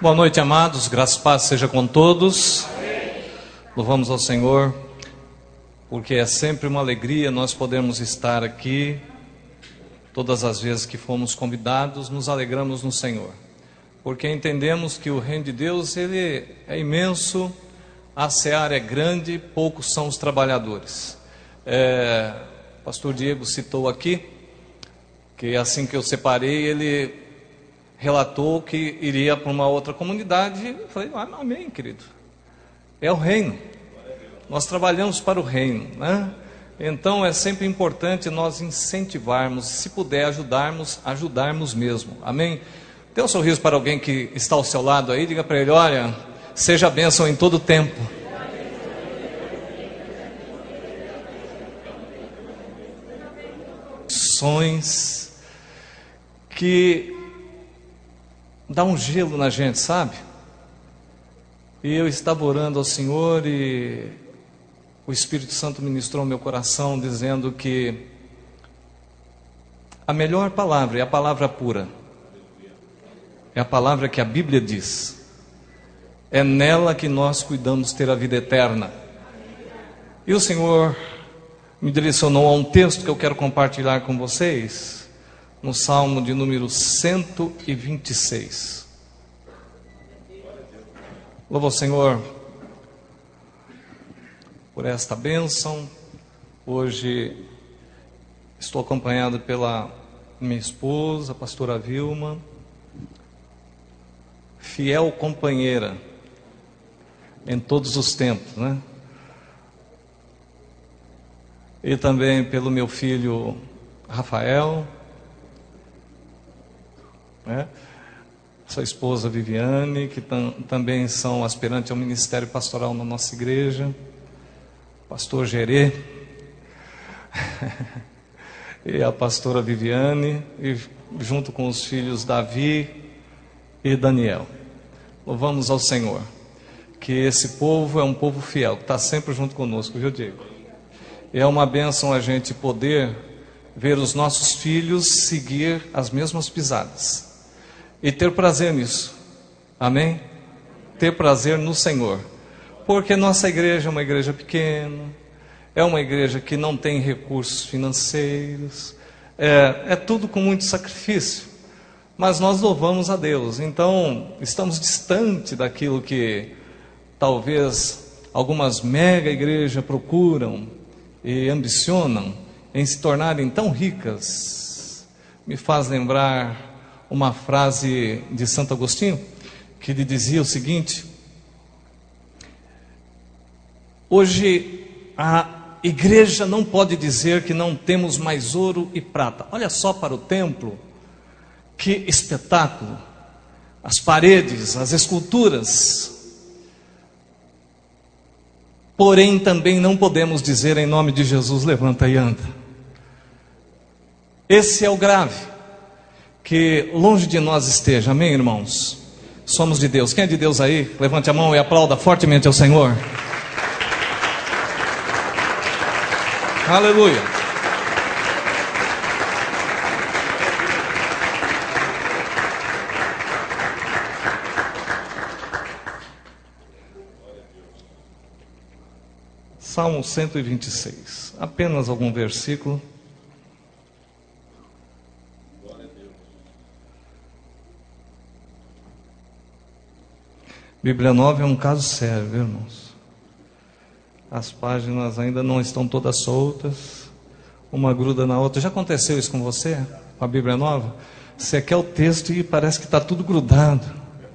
Boa noite, amados, graças e paz seja com todos. Louvamos ao Senhor, porque é sempre uma alegria nós podermos estar aqui. Todas as vezes que fomos convidados, nos alegramos no Senhor, porque entendemos que o reino de Deus, ele é imenso, a seara é grande, poucos são os trabalhadores. Pastor Diego citou aqui, que assim que eu separei, ele relatou que iria para uma outra comunidade. Eu falei, amém, querido. É o reino. Nós trabalhamos para o reino, né? Então é sempre importante nós incentivarmos, se puder ajudarmos mesmo. Amém? Dê um sorriso para alguém que está ao seu lado aí, diga para ele, olha, seja bênção em todo tempo. Sonhos que dá um gelo na gente, sabe? E eu estava orando ao Senhor e o Espírito Santo ministrou ao meu coração dizendo que a melhor palavra é a palavra pura. É a palavra que a Bíblia diz. É nela que nós cuidamos ter a vida eterna. E o Senhor me direcionou a um texto que eu quero compartilhar com vocês, no Salmo de número 126. Louvo ao Senhor por esta bênção. Hoje estou acompanhado pela minha esposa, a pastora Vilma, fiel companheira em todos os tempos, né? E também pelo meu filho Rafael, né? Sua esposa Viviane, que também são aspirantes ao ministério pastoral na nossa igreja, pastor Gerê, e a pastora Viviane, e junto com os filhos Davi e Daniel. Louvamos ao Senhor, que esse povo é um povo fiel, que está sempre junto conosco, viu, Diego? E é uma bênção a gente poder ver os nossos filhos seguir as mesmas pisadas e ter prazer nisso, amém? Ter prazer no Senhor, porque nossa igreja é uma igreja pequena, é uma igreja que não tem recursos financeiros, é tudo com muito sacrifício, mas nós louvamos a Deus. Então estamos distante daquilo que talvez algumas mega igrejas procuram e ambicionam em se tornarem tão ricas. Me faz lembrar uma frase de Santo Agostinho, que lhe dizia o seguinte: hoje a igreja não pode dizer que não temos mais ouro e prata. Olha só para o templo, que espetáculo, as paredes, as esculturas. Porém também não podemos dizer em nome de Jesus, levanta e anda. Esse é o grave. Que longe de nós esteja, amém, irmãos? Somos de Deus. Quem é de Deus aí? Levante a mão e aplauda fortemente ao Senhor. Aleluia. Salmo 126. Apenas algum versículo. Bíblia Nova é um caso sério, viu, irmãos? As páginas ainda não estão todas soltas, uma gruda na outra. Já aconteceu isso com você, com a Bíblia Nova? Você quer o texto e parece que está tudo grudado.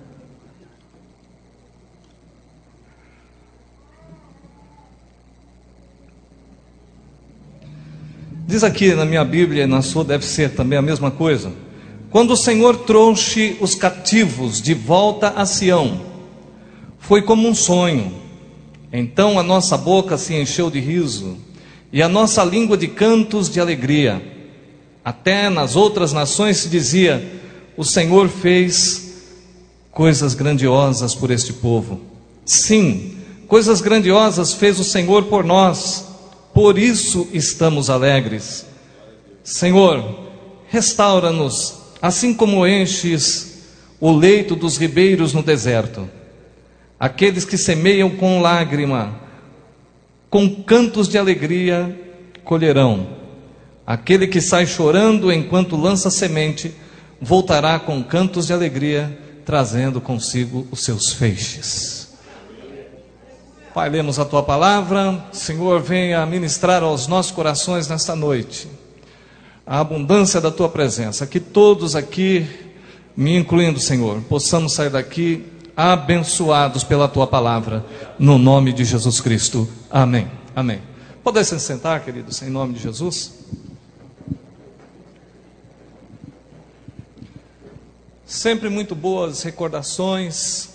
Diz aqui na minha Bíblia e na sua deve ser também a mesma coisa. Quando o Senhor trouxe os cativos de volta a Sião, foi como um sonho. Então a nossa boca se encheu de riso e a nossa língua de cantos de alegria. Até nas outras nações se dizia: o Senhor fez coisas grandiosas por este povo. Sim, coisas grandiosas fez o Senhor por nós, por isso estamos alegres. Senhor, restaura-nos, assim como enches o leito dos ribeiros no deserto. Aqueles que semeiam com lágrima, com cantos de alegria colherão. Aquele que sai chorando enquanto lança semente, voltará com cantos de alegria, trazendo consigo os seus feixes. Pai, lemos a Tua palavra. Senhor, venha ministrar aos nossos corações nesta noite a abundância da Tua presença. Que todos aqui, me incluindo, Senhor, possamos sair daqui abençoados pela Tua palavra, no nome de Jesus Cristo. Amém. Amém. Podem se sentar, queridos, em nome de Jesus. Sempre muito boas recordações.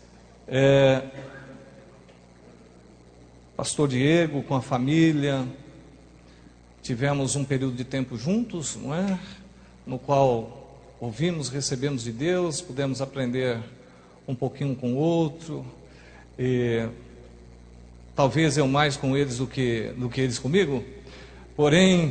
Pastor Diego com a família, tivemos um período de tempo juntos, não é? No qual ouvimos, recebemos de Deus, pudemos aprender um pouquinho com o outro, e talvez eu mais com eles do que eles comigo, porém,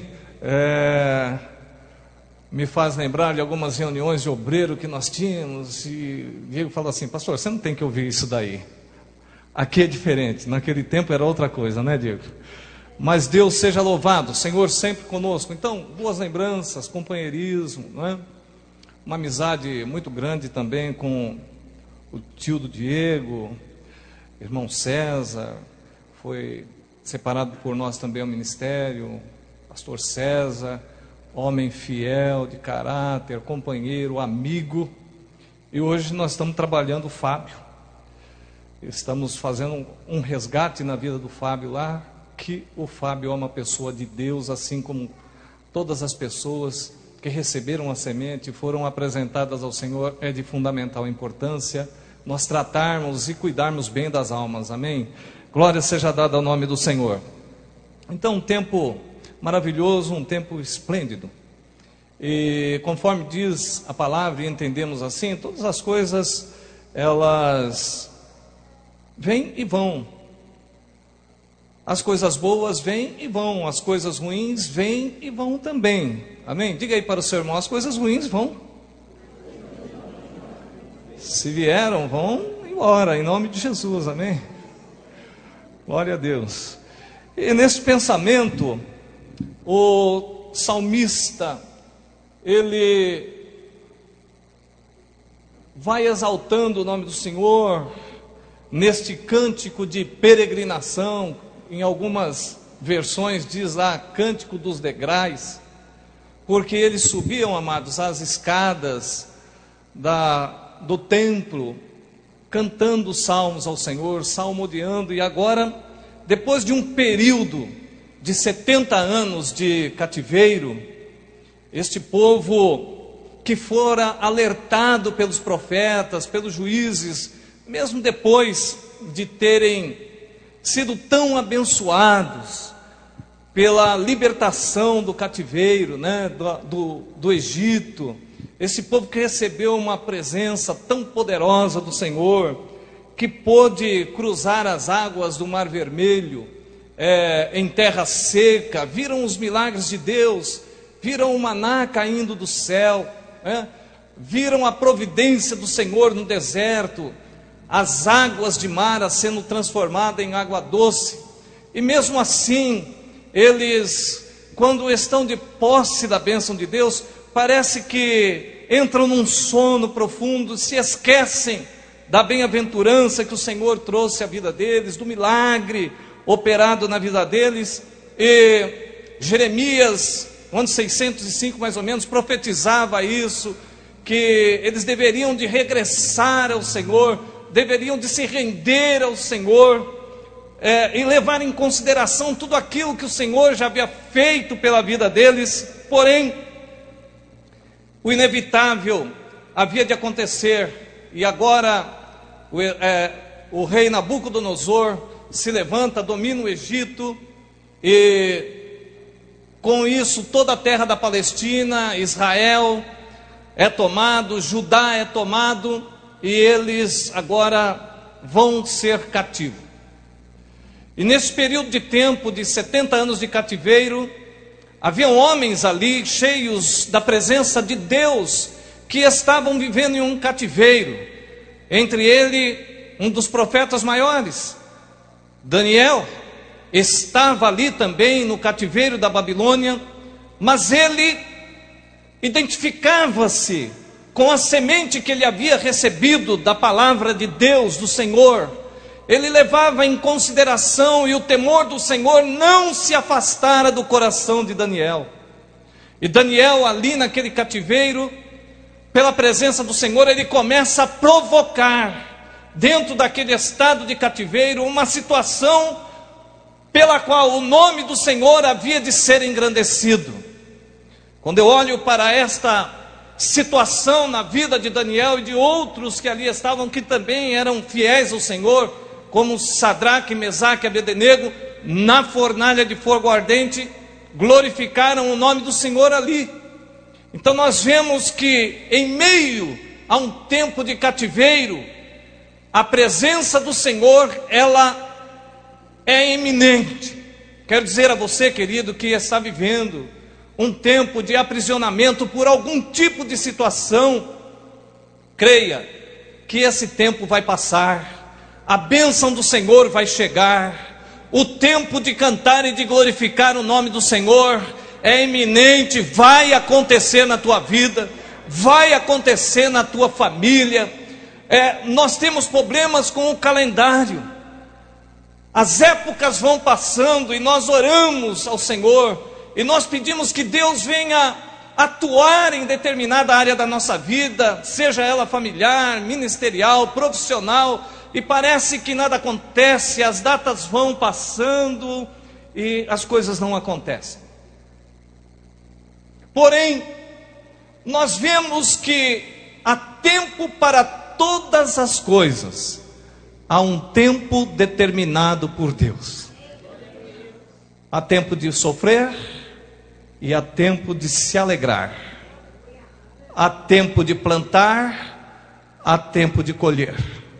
me faz lembrar de algumas reuniões de obreiro que nós tínhamos, e Diego fala assim: pastor, você não tem que ouvir isso daí. Aqui é diferente, naquele tempo era outra coisa, né, Diego? Mas Deus seja louvado, o Senhor sempre conosco. Então, boas lembranças, companheirismo, não é? Uma amizade muito grande também com o tio do Diego, irmão César, foi separado por nós também ao ministério, pastor César, homem fiel, de caráter, companheiro, amigo. E hoje nós estamos trabalhando o Fábio. Estamos fazendo um resgate na vida do Fábio lá, que o Fábio é uma pessoa de Deus, assim como todas as pessoas que receberam a semente e foram apresentadas ao Senhor. É de fundamental importância nós tratarmos e cuidarmos bem das almas, amém? Glória seja dada ao nome do Senhor. Então, um tempo maravilhoso, um tempo esplêndido. E conforme diz a palavra, e entendemos assim, todas as coisas, elas vêm e vão. As coisas boas vêm e vão, as coisas ruins vêm e vão também. Amém? Diga aí para o seu irmão: as coisas ruins vão. Se vieram, vão embora, em nome de Jesus, amém? Glória a Deus. E nesse pensamento, o salmista, ele vai exaltando o nome do Senhor, neste cântico de peregrinação. Em algumas versões diz lá, cântico dos degraus, porque eles subiam, amados, as escadas do templo, cantando salmos ao Senhor, salmodiando. E agora, depois de um período de 70 anos de cativeiro, este povo que fora alertado pelos profetas, pelos juízes, mesmo depois de terem sido tão abençoados pela libertação do cativeiro, né, do Egito, esse povo que recebeu uma presença tão poderosa do Senhor, que pôde cruzar as águas do Mar Vermelho, em terra seca, viram os milagres de Deus, viram o maná caindo do céu, viram a providência do Senhor no deserto, as águas de Mara sendo transformadas em água doce. E mesmo assim, eles, quando estão de posse da bênção de Deus, parece que entram num sono profundo, se esquecem da bem-aventurança que o Senhor trouxe à vida deles, do milagre operado na vida deles. E Jeremias, no ano 605 mais ou menos, profetizava isso, que eles deveriam de regressar ao Senhor, deveriam de se render ao Senhor, e levar em consideração tudo aquilo que o Senhor já havia feito pela vida deles. Porém, o inevitável havia de acontecer, e agora o rei Nabucodonosor se levanta, domina o Egito, e com isso toda a terra da Palestina, Israel é tomado, Judá é tomado, e eles agora vão ser cativos. E nesse período de tempo de 70 anos de cativeiro, haviam homens ali cheios da presença de Deus, que estavam vivendo em um cativeiro, entre ele um dos profetas maiores, Daniel, estava ali também no cativeiro da Babilônia, mas ele identificava-se com a semente que ele havia recebido da palavra de Deus, do Senhor. Ele levava em consideração, e o temor do Senhor não se afastara do coração de Daniel. E Daniel, ali naquele cativeiro, pela presença do Senhor, ele começa a provocar, dentro daquele estado de cativeiro, uma situação pela qual o nome do Senhor havia de ser engrandecido. Quando eu olho para esta situação na vida de Daniel e de outros que ali estavam, que também eram fiéis ao Senhor, como Sadraque, Mesaque e Abednego, na fornalha de fogo ardente, glorificaram o nome do Senhor ali. Então nós vemos que em meio a um tempo de cativeiro, a presença do Senhor, ela é eminente. Quero dizer a você, querido, que está vivendo um tempo de aprisionamento por algum tipo de situação, creia que esse tempo vai passar, a bênção do Senhor vai chegar, o tempo de cantar e de glorificar o nome do Senhor é iminente, vai acontecer na tua vida, vai acontecer na tua família. Nós temos problemas com o calendário, as épocas vão passando e nós oramos ao Senhor, e nós pedimos que Deus venha atuar em determinada área da nossa vida, seja ela familiar, ministerial, profissional, e parece que nada acontece, as datas vão passando e as coisas não acontecem. Porém, nós vemos que há tempo para todas as coisas, há um tempo determinado por Deus. Há tempo de sofrer e há tempo de se alegrar. Há tempo de plantar, há tempo de colher.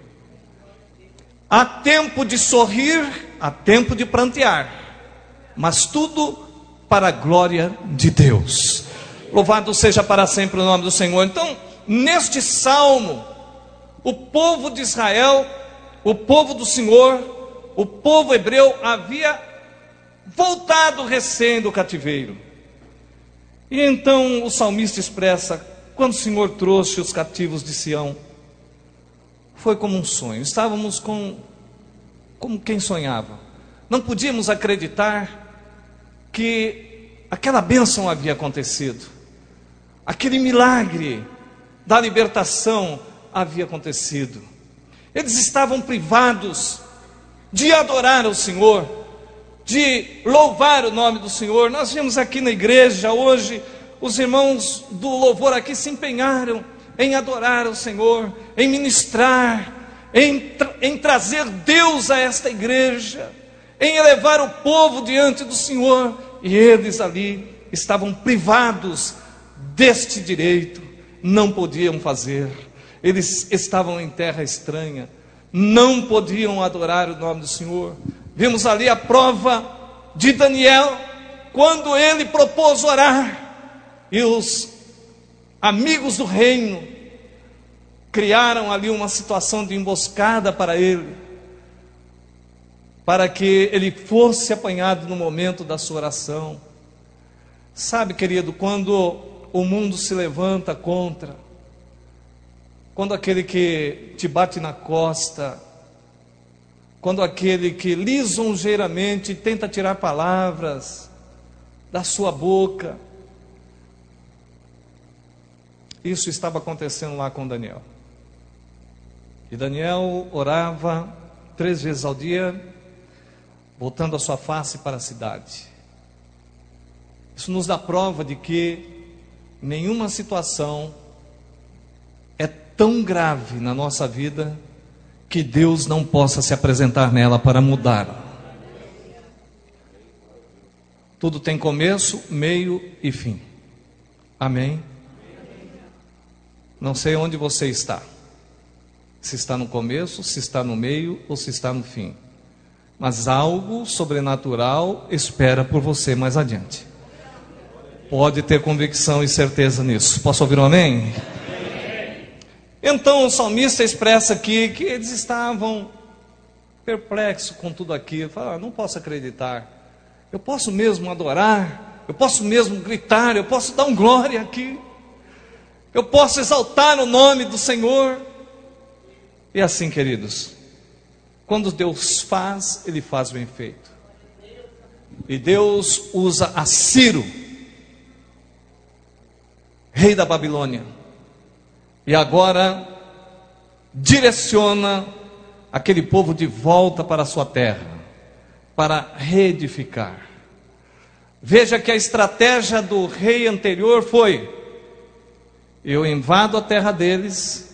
Há tempo de sorrir, há tempo de prantear, mas tudo para a glória de Deus. Louvado seja para sempre o nome do Senhor. Então, neste salmo, o povo de Israel, o povo do Senhor, o povo hebreu havia voltado recém do cativeiro. E então o salmista expressa: quando o Senhor trouxe os cativos de Sião, foi como um sonho. Estávamos como quem sonhava. Não podíamos acreditar que aquela bênção havia acontecido. Aquele milagre da libertação havia acontecido. Eles estavam privados de adorar ao Senhor, de louvar o nome do Senhor. Nós vimos aqui na igreja hoje, os irmãos do louvor aqui se empenharam em adorar ao Senhor, em ministrar, em trazer Deus a esta igreja, em elevar o povo diante do Senhor. E eles ali estavam privados deste direito, não podiam fazer. Eles estavam em terra estranha, não podiam adorar o nome do Senhor. Vimos ali a prova de Daniel, quando ele propôs orar, e os amigos do reino criaram ali uma situação de emboscada para ele, para que ele fosse apanhado no momento da sua oração. Sabe, querido, quando o mundo se levanta contra, quando aquele que te bate na costa, quando aquele que lisonjeiramente tenta tirar palavras da sua boca, isso estava acontecendo lá com Daniel. E Daniel orava 3 vezes ao dia, voltando a sua face para a cidade. Isso nos dá prova de que nenhuma situação é tão grave na nossa vida que Deus não possa se apresentar nela para mudá-la. Tudo tem começo, meio e fim. Amém? Não sei onde você está. Se está no começo, se está no meio ou se está no fim. Mas algo sobrenatural espera por você mais adiante. Pode ter convicção e certeza nisso. Posso ouvir um amém? Então o salmista expressa aqui que eles estavam perplexos com tudo aquilo. Fala, não posso acreditar. Eu posso mesmo adorar, eu posso mesmo gritar, eu posso dar um glória aqui, eu posso exaltar o nome do Senhor. E assim, queridos, quando Deus faz, Ele faz bem feito. E Deus usa a Ciro, rei da Babilônia, e agora direciona aquele povo de volta para a sua terra, para reedificar. Veja que a estratégia do rei anterior foi: eu invado a terra deles,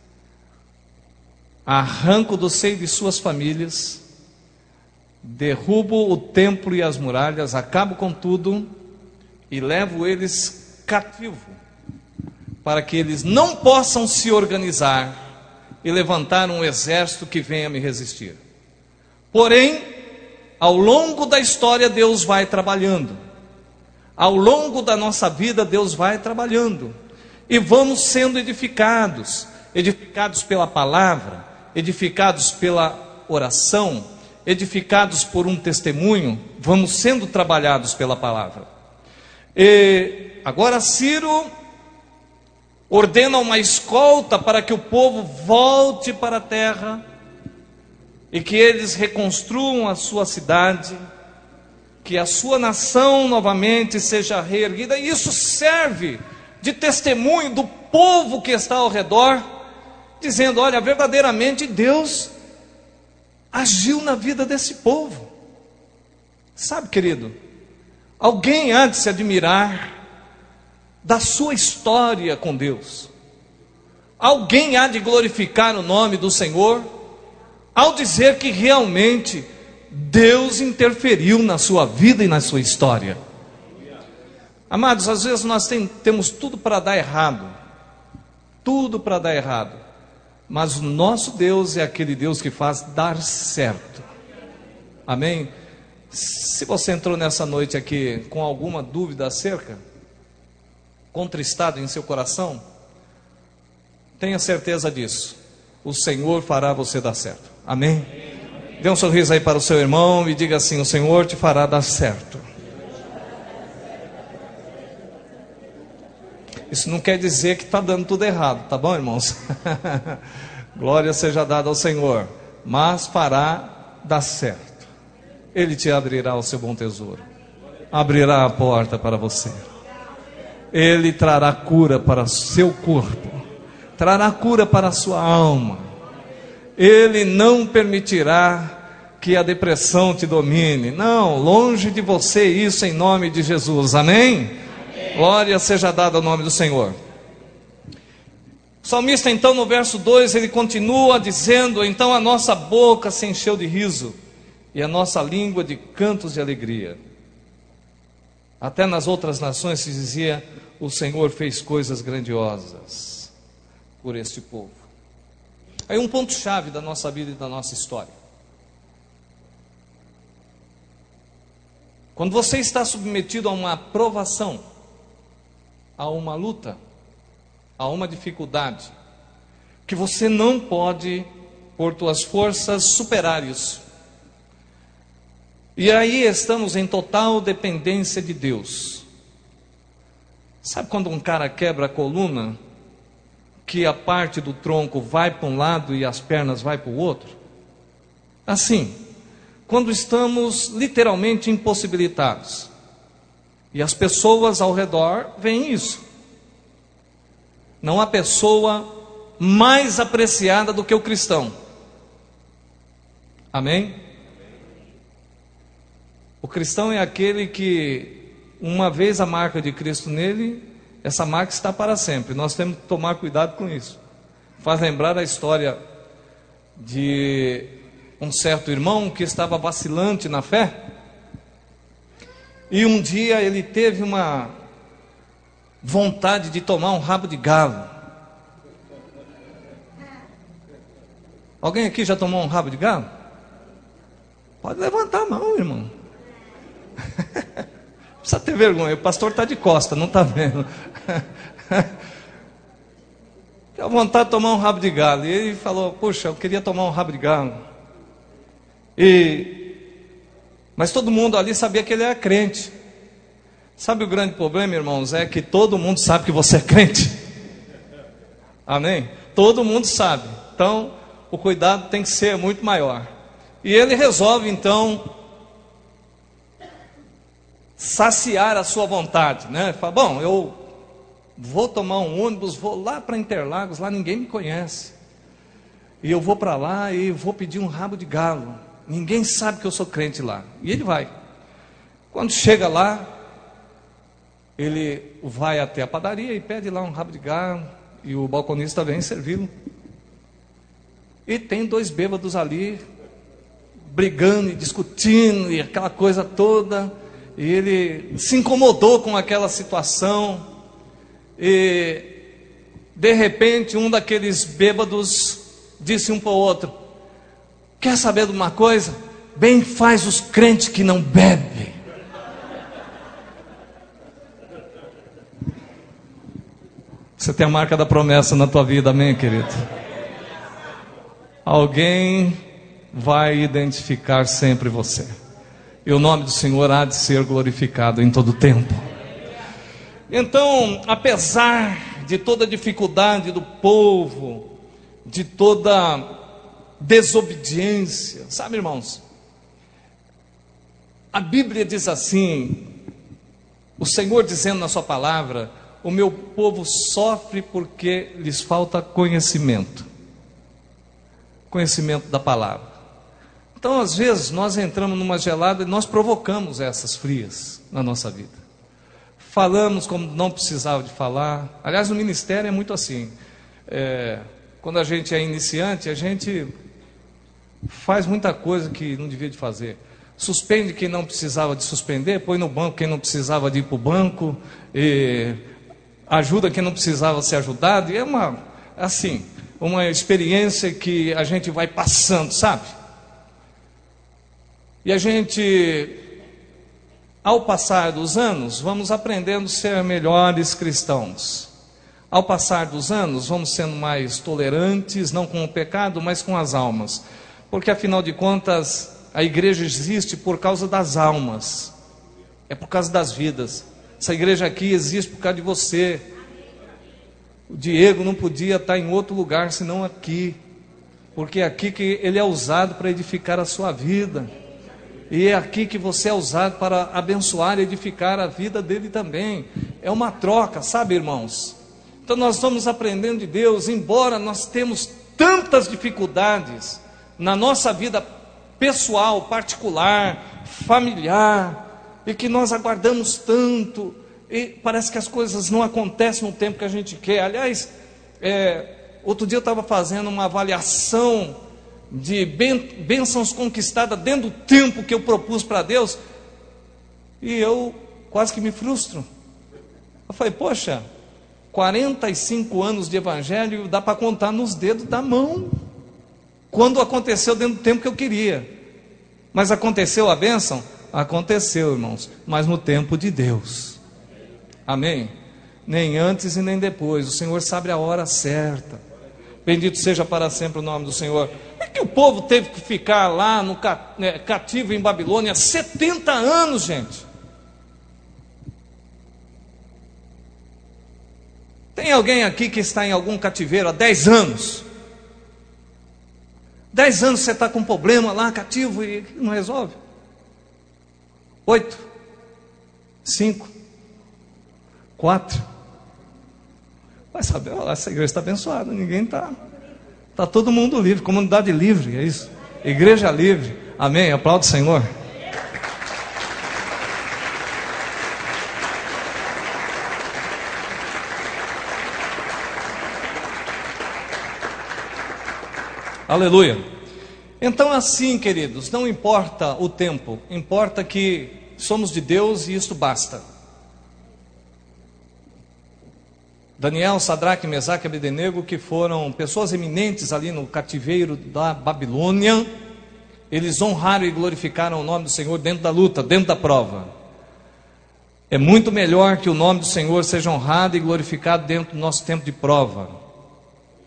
arranco do seio de suas famílias, derrubo o templo e as muralhas, acabo com tudo e levo eles cativo, para que eles não possam se organizar e levantar um exército que venha me resistir. Porém, ao longo da história Deus vai trabalhando, ao longo da nossa vida Deus vai trabalhando, e vamos sendo edificados, edificados pela palavra, edificados pela oração, edificados por um testemunho, vamos sendo trabalhados pela palavra. E agora Ciro ordena uma escolta para que o povo volte para a terra e que eles reconstruam a sua cidade, que a sua nação novamente seja reerguida. E isso serve de testemunho do povo que está ao redor, dizendo: olha, verdadeiramente Deus agiu na vida desse povo. Sabe, querido, alguém há de se admirar da sua história com Deus. Alguém há de glorificar o nome do Senhor ao dizer que realmente Deus interferiu na sua vida e na sua história. Amados, às vezes nós temos tudo para dar errado, tudo para dar errado, mas o nosso Deus é aquele Deus que faz dar certo. Amém? Se você entrou nessa noite aqui com alguma dúvida acerca, contristado em seu coração, tenha certeza disso, o Senhor fará você dar certo. Amém? Dê um sorriso aí para o seu irmão e diga assim: o Senhor te fará dar certo. Isso não quer dizer que está dando tudo errado, tá bom, irmãos? Glória seja dada ao Senhor, mas fará dar certo. Ele te abrirá o seu bom tesouro, abrirá a porta para você. Ele trará cura para o seu corpo, trará cura para a sua alma. Ele não permitirá que a depressão te domine. Não, longe de você isso, em nome de Jesus. Amém? Glória seja dada ao nome do Senhor. O salmista então no verso 2, ele continua dizendo: então a nossa boca se encheu de riso e a nossa língua de cantos de alegria. Até nas outras nações se dizia: o Senhor fez coisas grandiosas por este povo. Aí um ponto chave da nossa vida e da nossa história. Quando você está submetido a uma provação, a uma luta, a uma dificuldade, que você não pode, por tuas forças, superar isso. E aí estamos em total dependência de Deus. Sabe quando um cara quebra a coluna, que a parte do tronco vai para um lado e as pernas vai para o outro? Assim, quando estamos literalmente impossibilitados, e as pessoas ao redor veem isso. Não há pessoa mais apreciada do que o cristão. Amém? O cristão é aquele que, uma vez a marca de Cristo nele, essa marca está para sempre. Nós temos que tomar cuidado com isso. Faz lembrar a história de um certo irmão que estava vacilante na fé. E um dia ele teve uma vontade de tomar um rabo de galo. Alguém aqui já tomou um rabo de galo? Pode levantar a mão, irmão. Precisa ter vergonha, o pastor está de costa, não está vendo. a vontade de tomar um rabo de galo. E ele falou, puxa, eu queria tomar um rabo de galo. Mas todo mundo ali sabia que ele era crente. Sabe o grande problema, irmãos? É que todo mundo sabe que você é crente. Amém? Todo mundo sabe. Então, o cuidado tem que ser muito maior. E ele resolve, então, saciar a sua vontade, né? Fala, bom, eu vou tomar um ônibus, vou lá para Interlagos, lá ninguém me conhece. E eu vou para lá e vou pedir um rabo de galo. Ninguém sabe que eu sou crente lá. E ele vai. Quando chega lá, ele vai até a padaria e pede lá um rabo de galo. E o balconista vem servi-lo. E tem dois bêbados ali, brigando e discutindo, e aquela coisa toda. E ele se incomodou com aquela situação. E de repente um daqueles bêbados disse um para o outro: quer saber de uma coisa? Bem faz os crentes que não bebem. Você tem a marca da promessa na tua vida, amém, querido? Alguém vai identificar sempre você. E o nome do Senhor há de ser glorificado em todo tempo. Então, apesar de toda a dificuldade do povo, de toda desobediência, sabe, irmãos? A Bíblia diz assim, o Senhor dizendo na sua palavra: o meu povo sofre porque lhes falta conhecimento. Conhecimento da palavra. Então, às vezes, nós entramos numa gelada e nós provocamos essas frias na nossa vida. Falamos como não precisava de falar. Aliás, no ministério é muito assim. Quando a gente é iniciante, a gente faz muita coisa que não devia de fazer. Suspende quem não precisava de suspender, põe no banco quem não precisava de ir para o banco, ajuda quem não precisava ser ajudado. E é uma experiência que a gente vai passando, sabe? E a gente, ao passar dos anos, vamos aprendendo a ser melhores cristãos. Ao passar dos anos, vamos sendo mais tolerantes, não com o pecado, mas com as almas. Porque, afinal de contas, a igreja existe por causa das almas. É por causa das vidas. Essa igreja aqui existe por causa de você. O Diego não podia estar em outro lugar senão aqui. Porque é aqui que ele é usado para edificar a sua vida. E é aqui que você é usado para abençoar e edificar a vida dele também. É uma troca, sabe, irmãos? Então nós estamos aprendendo de Deus, embora nós temos tantas dificuldades na nossa vida pessoal, particular, familiar, e que nós aguardamos tanto, e parece que as coisas não acontecem no tempo que a gente quer. Aliás, outro dia eu estava fazendo uma avaliação de bênçãos conquistadas dentro do tempo que eu propus para Deus, e eu quase que me frustro. Eu falei, poxa, 45 anos de evangelho dá para contar nos dedos da mão, quando aconteceu dentro do tempo que eu queria. Mas aconteceu a bênção? Aconteceu, irmãos, mas no tempo de Deus. Amém? Nem antes e nem depois. O Senhor sabe a hora certa. Bendito seja para sempre o nome do Senhor. É que o povo teve que ficar lá no cativo em Babilônia 70 anos, gente. Tem alguém aqui que está em algum cativeiro há 10 anos? 10 anos você está com um problema lá, cativo, e não resolve? 8, 5, 4. Vai saber, olha, essa igreja está abençoada, ninguém está. Está todo mundo livre, comunidade livre, é isso. Igreja livre, amém, aplaude o Senhor. Aleluia. Então, assim, queridos, não importa o tempo, importa que somos de Deus e isto basta. Daniel, Sadraque, Mesaque e Abdenego, que foram pessoas eminentes ali no cativeiro da Babilônia, eles honraram e glorificaram o nome do Senhor dentro da luta, dentro da prova. É muito melhor que o nome do Senhor seja honrado e glorificado dentro do nosso tempo de prova.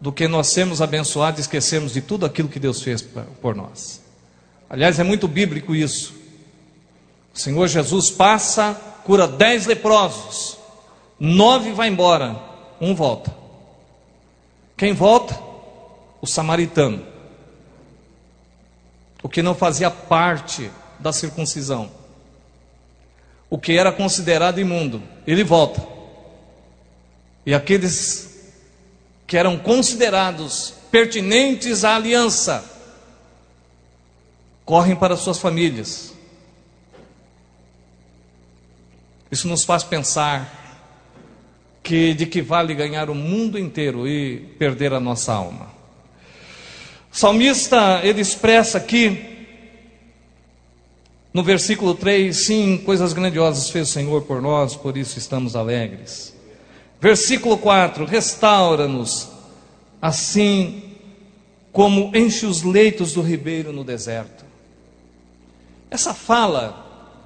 do que nós sermos abençoados e esquecermos de tudo aquilo que Deus fez por nós. Aliás, é muito bíblico isso. O Senhor Jesus passa, cura 10 leprosos, 9 vai embora, 1 volta. Quem volta? O samaritano, o que não fazia parte da circuncisão, o que era considerado imundo, ele volta. E aqueles que eram considerados pertinentes à aliança correm para suas famílias. Isso nos faz pensar que de que vale ganhar o mundo inteiro e perder a nossa alma. O salmista, ele expressa aqui no versículo 3, sim, coisas grandiosas fez o Senhor por nós, por isso estamos alegres. Versículo 4, restaura-nos, assim como enche os leitos do ribeiro no deserto. Essa fala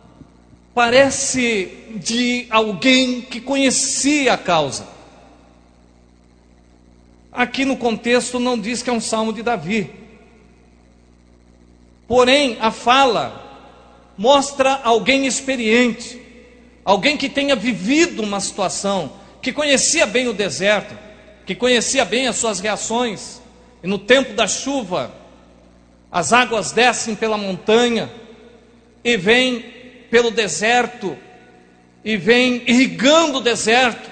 parece de alguém que conhecia a causa. Aqui no contexto não diz que é um salmo de Davi. Porém, a fala mostra alguém experiente, alguém que tenha vivido uma situação, que conhecia bem o deserto, que conhecia bem as suas reações. E no tempo da chuva, as águas descem pela montanha e vêm pelo deserto, e vem irrigando o deserto,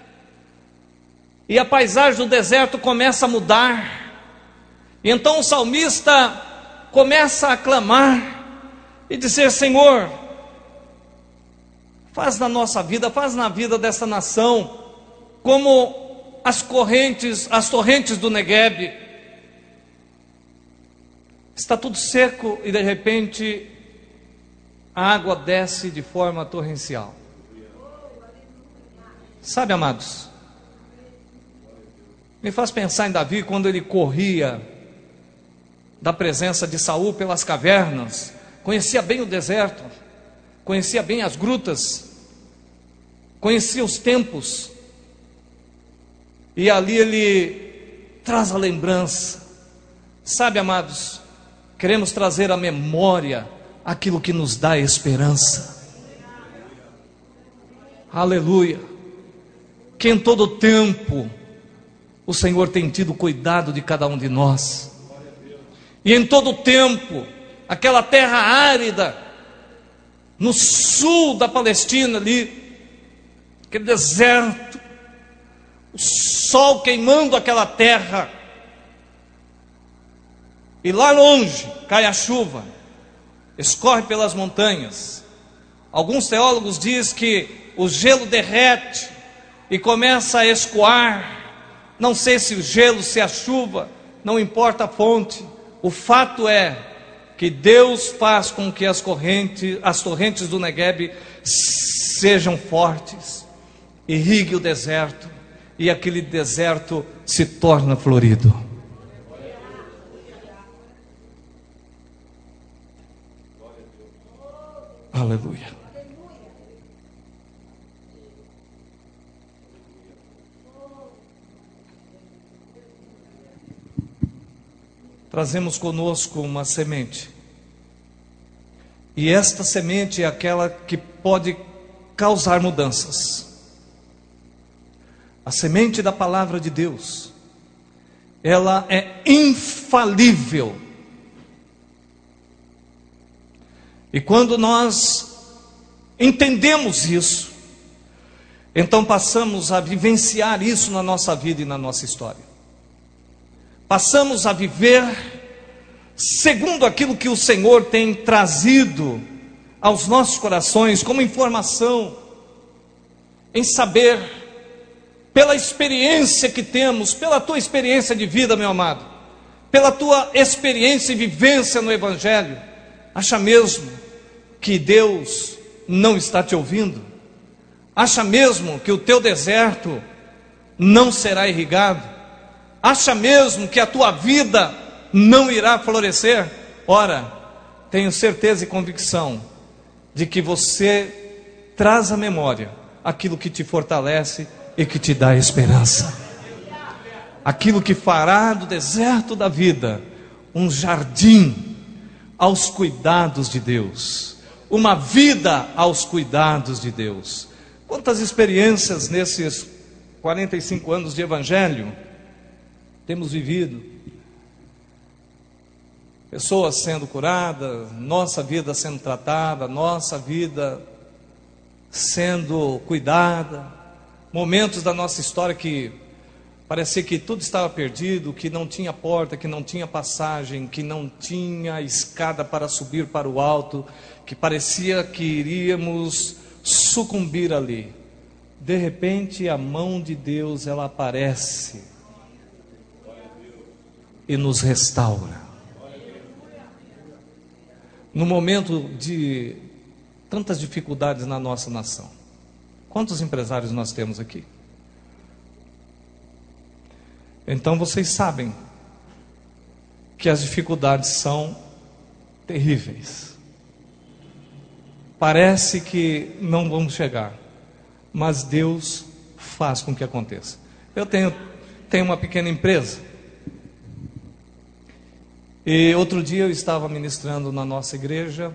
e a paisagem do deserto começa a mudar. E então o salmista começa a clamar e dizer: Senhor, faz na nossa vida, faz na vida dessa nação como as torrentes do Negueb. Está tudo seco e de repente a água desce de forma torrencial. Sabe, amados, me faz pensar em Davi quando ele corria da presença de Saul pelas cavernas, conhecia bem o deserto, conhecia bem as grutas, conhecia os tempos, e ali ele traz a lembrança. Sabe, amados, queremos trazer à memória aquilo que nos dá esperança. Aleluia. Que em todo tempo o Senhor tem tido cuidado de cada um de nós. E em todo tempo, aquela terra árida, no sul da Palestina ali, aquele deserto, o sol queimando aquela terra, e lá longe cai a chuva, escorre pelas montanhas. Alguns teólogos dizem que o gelo derrete e começa a escoar. Não sei se o gelo, se a chuva, não importa a fonte. O fato é que Deus faz com que as torrentes do Negueb sejam fortes, irrigue o deserto, e aquele deserto se torna florido. Aleluia. Trazemos conosco uma semente, e esta semente é aquela que pode causar mudanças. A semente da palavra de Deus, ela é infalível. E quando nós entendemos isso, então passamos a vivenciar isso na nossa vida e na nossa história. Passamos a viver segundo aquilo que o Senhor tem trazido aos nossos corações como informação, em saber, pela experiência que temos, pela tua experiência de vida, meu amado, pela tua experiência e vivência no Evangelho. Acha mesmo que Deus não está te ouvindo? Acha mesmo que o teu deserto não será irrigado? Acha mesmo que a tua vida não irá florescer? Ora, tenho certeza e convicção de que você traz à memória aquilo que te fortalece e que te dá esperança. aquilo que fará do deserto da vida um jardim aos cuidados de Deus, uma vida aos cuidados de Deus. Quantas experiências nesses 45 anos de evangelho temos vivido, pessoas sendo curadas, nossa vida sendo tratada, nossa vida sendo cuidada, momentos da nossa história que parecia que tudo estava perdido, que não tinha porta, que não tinha passagem, que não tinha escada para subir para o alto, que parecia que iríamos sucumbir ali. De repente a mão de Deus, ela aparece e nos restaura. No momento de tantas dificuldades na nossa nação, quantos empresários nós temos aqui? Então vocês sabem que as dificuldades são terríveis. Parece que não vamos chegar, mas Deus faz com que aconteça. Eu tenho uma pequena empresa, e outro dia eu estava ministrando na nossa igreja,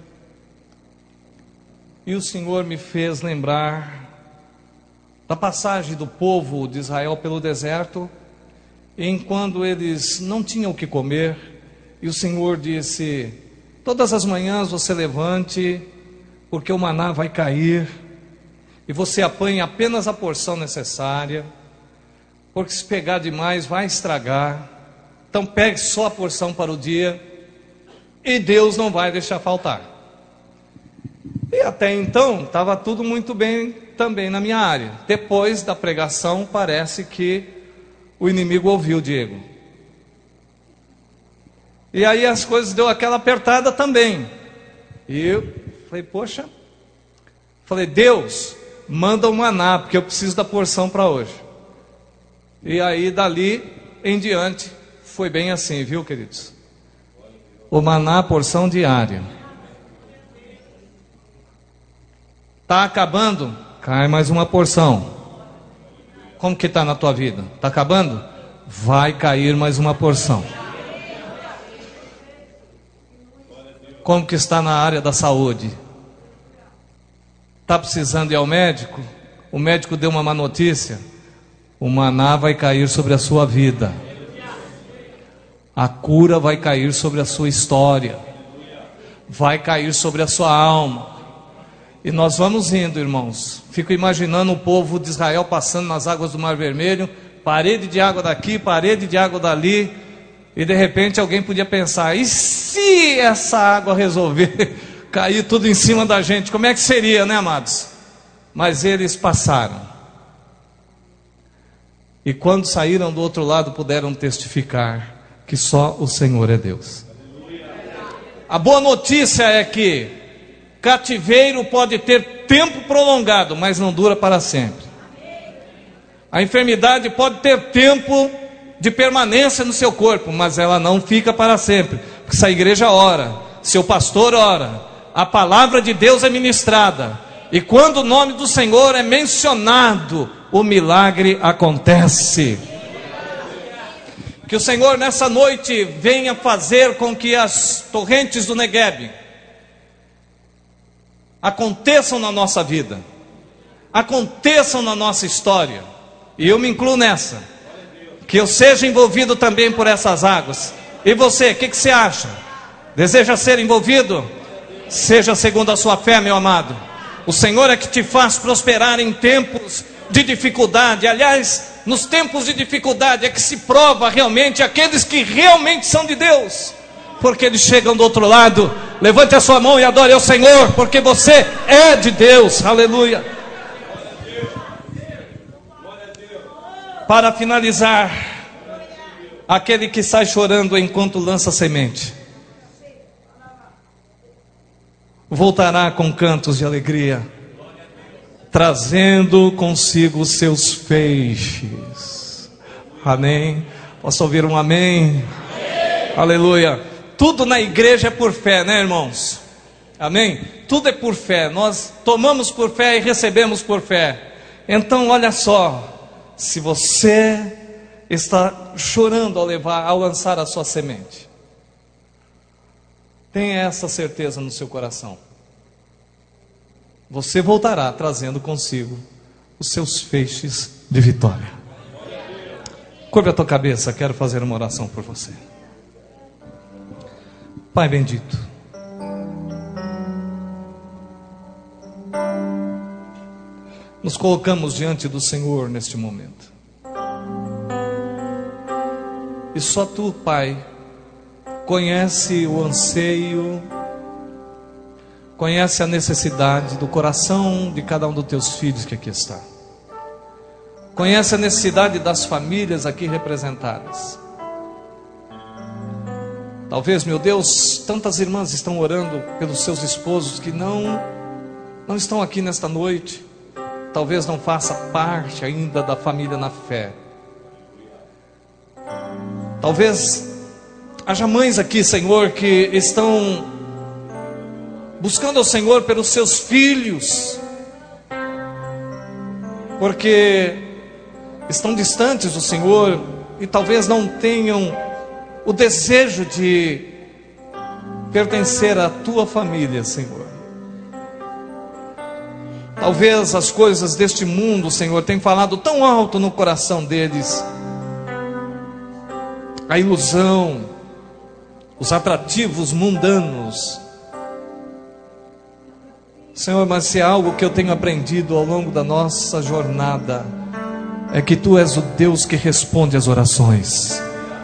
e o Senhor me fez lembrar da passagem do povo de Israel pelo deserto, enquanto eles não tinham o que comer, e o Senhor disse: todas as manhãs você levante, porque o maná vai cair, e você apanha apenas a porção necessária, porque se pegar demais vai estragar. Então pegue só a porção para o dia, e Deus não vai deixar faltar. E até então estava tudo muito bem também na minha área. Depois da pregação, parece que o inimigo ouviu Diego, e aí as coisas deu aquela apertada também. E eu falei: poxa, Deus, manda o maná, porque eu preciso da porção para hoje. E aí dali em diante foi bem assim, viu, queridos? O maná, porção diária. Está acabando? Cai mais uma porção. Como que está na tua vida? Está acabando? Vai cair mais uma porção. Como que está na área da saúde? Está precisando ir ao médico? O médico deu uma má notícia? O maná vai cair sobre a sua vida. A cura vai cair sobre a sua história. Vai cair sobre a sua alma. E nós vamos indo, irmãos. Fico imaginando o povo de Israel passando nas águas do Mar Vermelho, parede de água daqui, parede de água dali, e de repente alguém podia pensar: e se essa água resolver cair tudo em cima da gente, como é que seria, né, amados? Mas eles passaram, e quando saíram do outro lado puderam testificar que só o Senhor é Deus. A boa notícia é que cativeiro pode ter tempo prolongado, mas não dura para sempre. A enfermidade pode ter tempo de permanência no seu corpo, mas ela não fica para sempre. Porque se a igreja ora, seu pastor ora, a palavra de Deus é ministrada, e quando o nome do Senhor é mencionado, o milagre acontece. Que o Senhor nessa noite venha fazer com que as torrentes do Negueb aconteçam na nossa vida, aconteçam na nossa história, e eu me incluo nessa, que eu seja envolvido também por essas águas. E você, o que você acha? Deseja ser envolvido? Seja segundo a sua fé, meu amado. O Senhor é que te faz prosperar em tempos de dificuldade. Aliás, nos tempos de dificuldade é que se prova realmente aqueles que realmente são de Deus, porque eles chegam do outro lado. Levante a sua mão e adore ao Senhor, porque você é de Deus. Aleluia. Para finalizar, aquele que sai chorando enquanto lança semente voltará com cantos de alegria, trazendo consigo os seus feixes. Amém? Posso ouvir um amém? Amém. Aleluia. Tudo na igreja é por fé, né, irmãos? Amém? Tudo é por fé. Nós tomamos por fé e recebemos por fé. Então olha só, se você está chorando ao lançar a sua semente. Tenha essa certeza no seu coração. Você voltará trazendo consigo os seus feixes de vitória. Curva a tua cabeça, quero fazer uma oração por você. Pai bendito, nos colocamos diante do Senhor neste momento. E só Tu, Pai, conhece o anseio, conhece a necessidade do coração de cada um dos Teus filhos que aqui está. Conhece a necessidade das famílias aqui representadas. Talvez, meu Deus, tantas irmãs estão orando pelos seus esposos que não estão aqui nesta noite. Talvez não faça parte ainda da família na fé. Talvez haja mães aqui, Senhor, que estão buscando ao Senhor pelos seus filhos, porque estão distantes do Senhor e talvez não tenham o desejo de pertencer à Tua família, Senhor. Talvez as coisas deste mundo, Senhor, tenham falado tão alto no coração deles. A ilusão, os atrativos mundanos. Senhor, mas se é algo que eu tenho aprendido ao longo da nossa jornada, é que Tu és o Deus que responde às orações.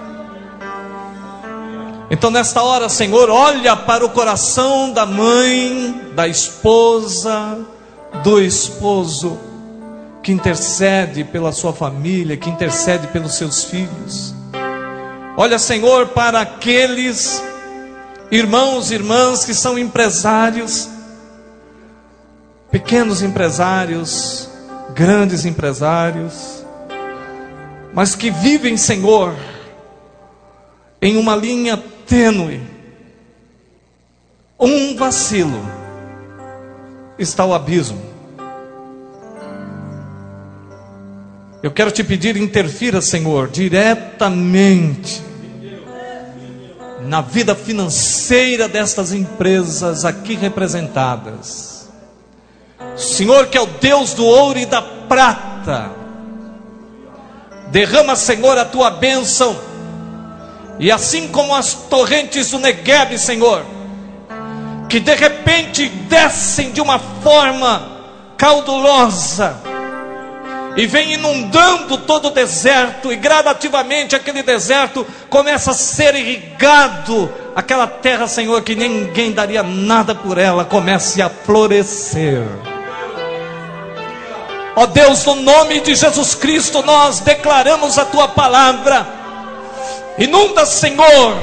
Então nesta hora, Senhor, olha para o coração da mãe, da esposa, do esposo, que intercede pela sua família, que intercede pelos seus filhos. Olha, Senhor, para aqueles irmãos e irmãs que são empresários, pequenos empresários, grandes empresários, mas que vivem, Senhor, em uma linha tênue. Um vacilo, está o abismo. Eu quero te pedir, interfira, Senhor, diretamente na vida financeira destas empresas aqui representadas. Senhor, que é o Deus do ouro e da prata, derrama, Senhor, a Tua bênção, e assim como as torrentes do Negueb, Senhor, que de repente descem de uma forma caudulosa e vem inundando todo o deserto, e gradativamente aquele deserto começa a ser irrigado, aquela terra, Senhor, que ninguém daria nada por ela, comece a florescer. Ó Deus, no nome de Jesus Cristo, nós declaramos a Tua palavra. Inunda, Senhor,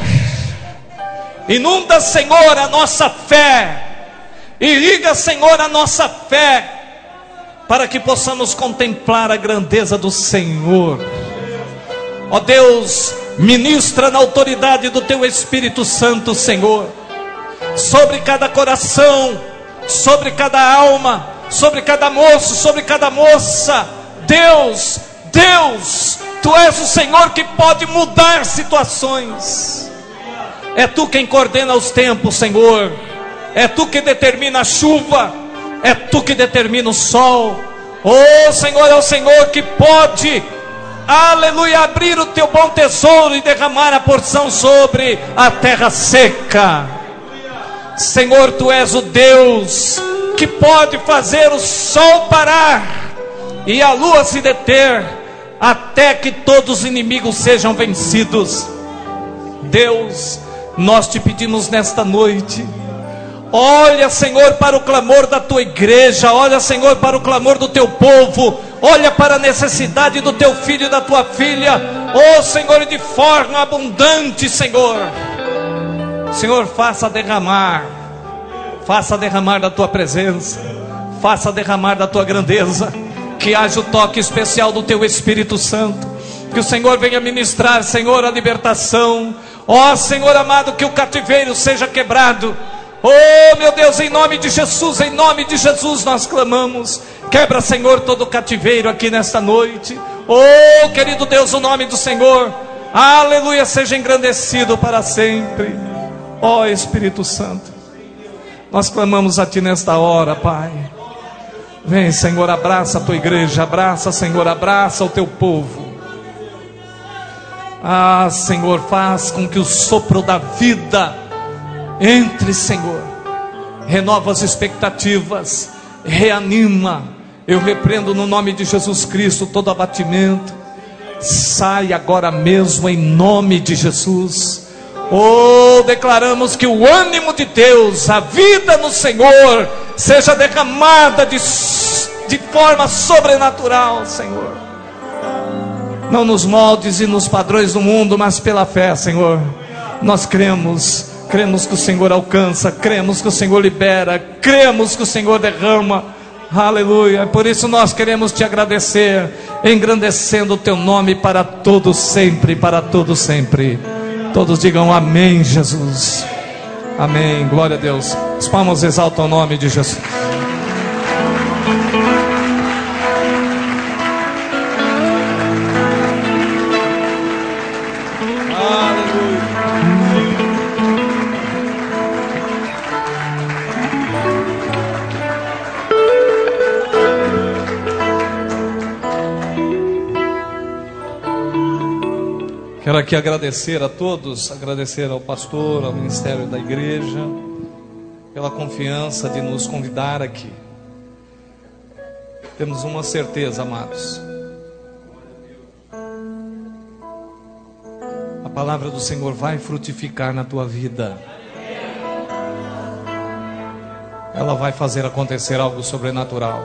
a nossa fé, irriga, Senhor, a nossa fé, para que possamos contemplar a grandeza do Senhor. Ó Deus, ministra na autoridade do Teu Espírito Santo, Senhor, sobre cada coração, sobre cada alma, sobre cada moço, sobre cada moça. Deus, Tu és o Senhor que pode mudar situações. É Tu quem coordena os tempos, Senhor. É Tu que determina a chuva, é Tu que determina o sol. Oh Senhor, é o Senhor que pode, aleluia, abrir o Teu bom tesouro e derramar a porção sobre a terra seca. Senhor, Tu és o Deus que pode fazer o sol parar e a lua se deter, até que todos os inimigos sejam vencidos. Deus, nós Te pedimos nesta noite, olha, Senhor, para o clamor da Tua igreja, olha, Senhor, para o clamor do Teu povo, olha para a necessidade do Teu filho e da Tua filha, oh Senhor, de forma abundante, Senhor. Senhor, faça derramar da Tua presença, faça derramar da Tua grandeza, que haja o toque especial do Teu Espírito Santo, que o Senhor venha ministrar, Senhor, a libertação. Ó Senhor amado, que o cativeiro seja quebrado. Oh meu Deus, em nome de Jesus nós clamamos. Quebra, Senhor, todo o cativeiro aqui nesta noite. Oh, querido Deus, o nome do Senhor, aleluia, seja engrandecido para sempre. Ó Espírito Santo, nós clamamos a Ti nesta hora, Pai. Vem, Senhor, abraça a Tua igreja, abraça, Senhor, abraça o Teu povo. Ah, Senhor, faz com que o sopro da vida entre, Senhor, renova as expectativas, reanima. Eu repreendo no nome de Jesus Cristo todo abatimento. Sai agora mesmo em nome de Jesus. Oh, declaramos que o ânimo de Deus, a vida no Senhor, seja derramada de forma sobrenatural, Senhor. Não nos moldes e nos padrões do mundo, mas pela fé, Senhor. Nós cremos que o Senhor alcança, cremos que o Senhor libera, cremos que o Senhor derrama. Aleluia. Por isso nós queremos Te agradecer, engrandecendo o Teu nome para todo sempre, para todo sempre. Todos digam amém, Jesus. Amém, glória a Deus. As palmas exaltam o nome de Jesus. Quero aqui agradecer a todos, agradecer ao pastor, ao ministério da igreja, pela confiança de nos convidar aqui. Temos uma certeza, amados. A palavra do Senhor vai frutificar na tua vida. Ela vai fazer acontecer algo sobrenatural.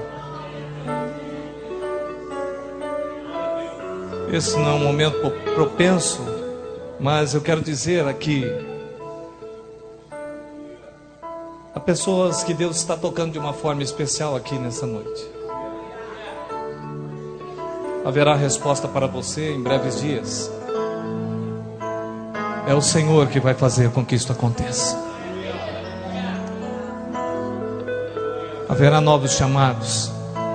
Esse não é um momento propenso, mas eu quero dizer aqui, há pessoas que Deus está tocando de uma forma especial aqui nessa noite. Haverá resposta para você em breves dias. É o Senhor que vai fazer com que isto aconteça. Haverá novos chamados.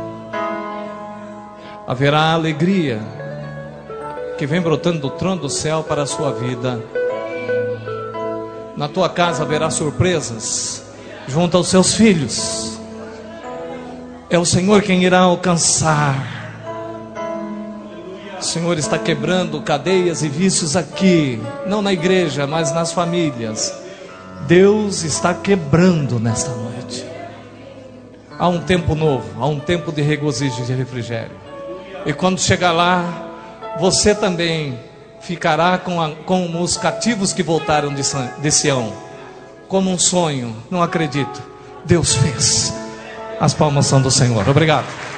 Haverá alegria que vem brotando do trono do céu para a sua vida. Na tua casa haverá surpresas junto aos seus filhos. É o Senhor quem irá alcançar. O Senhor está quebrando cadeias e vícios aqui, não na igreja, mas nas famílias. Deus está quebrando nesta noite. Há um tempo novo, há um tempo de regozijo e de refrigério. E quando chegar lá, você também ficará com os cativos que voltaram de Sião, como um sonho. Não acredito, Deus fez. As palmas são do Senhor. Obrigado.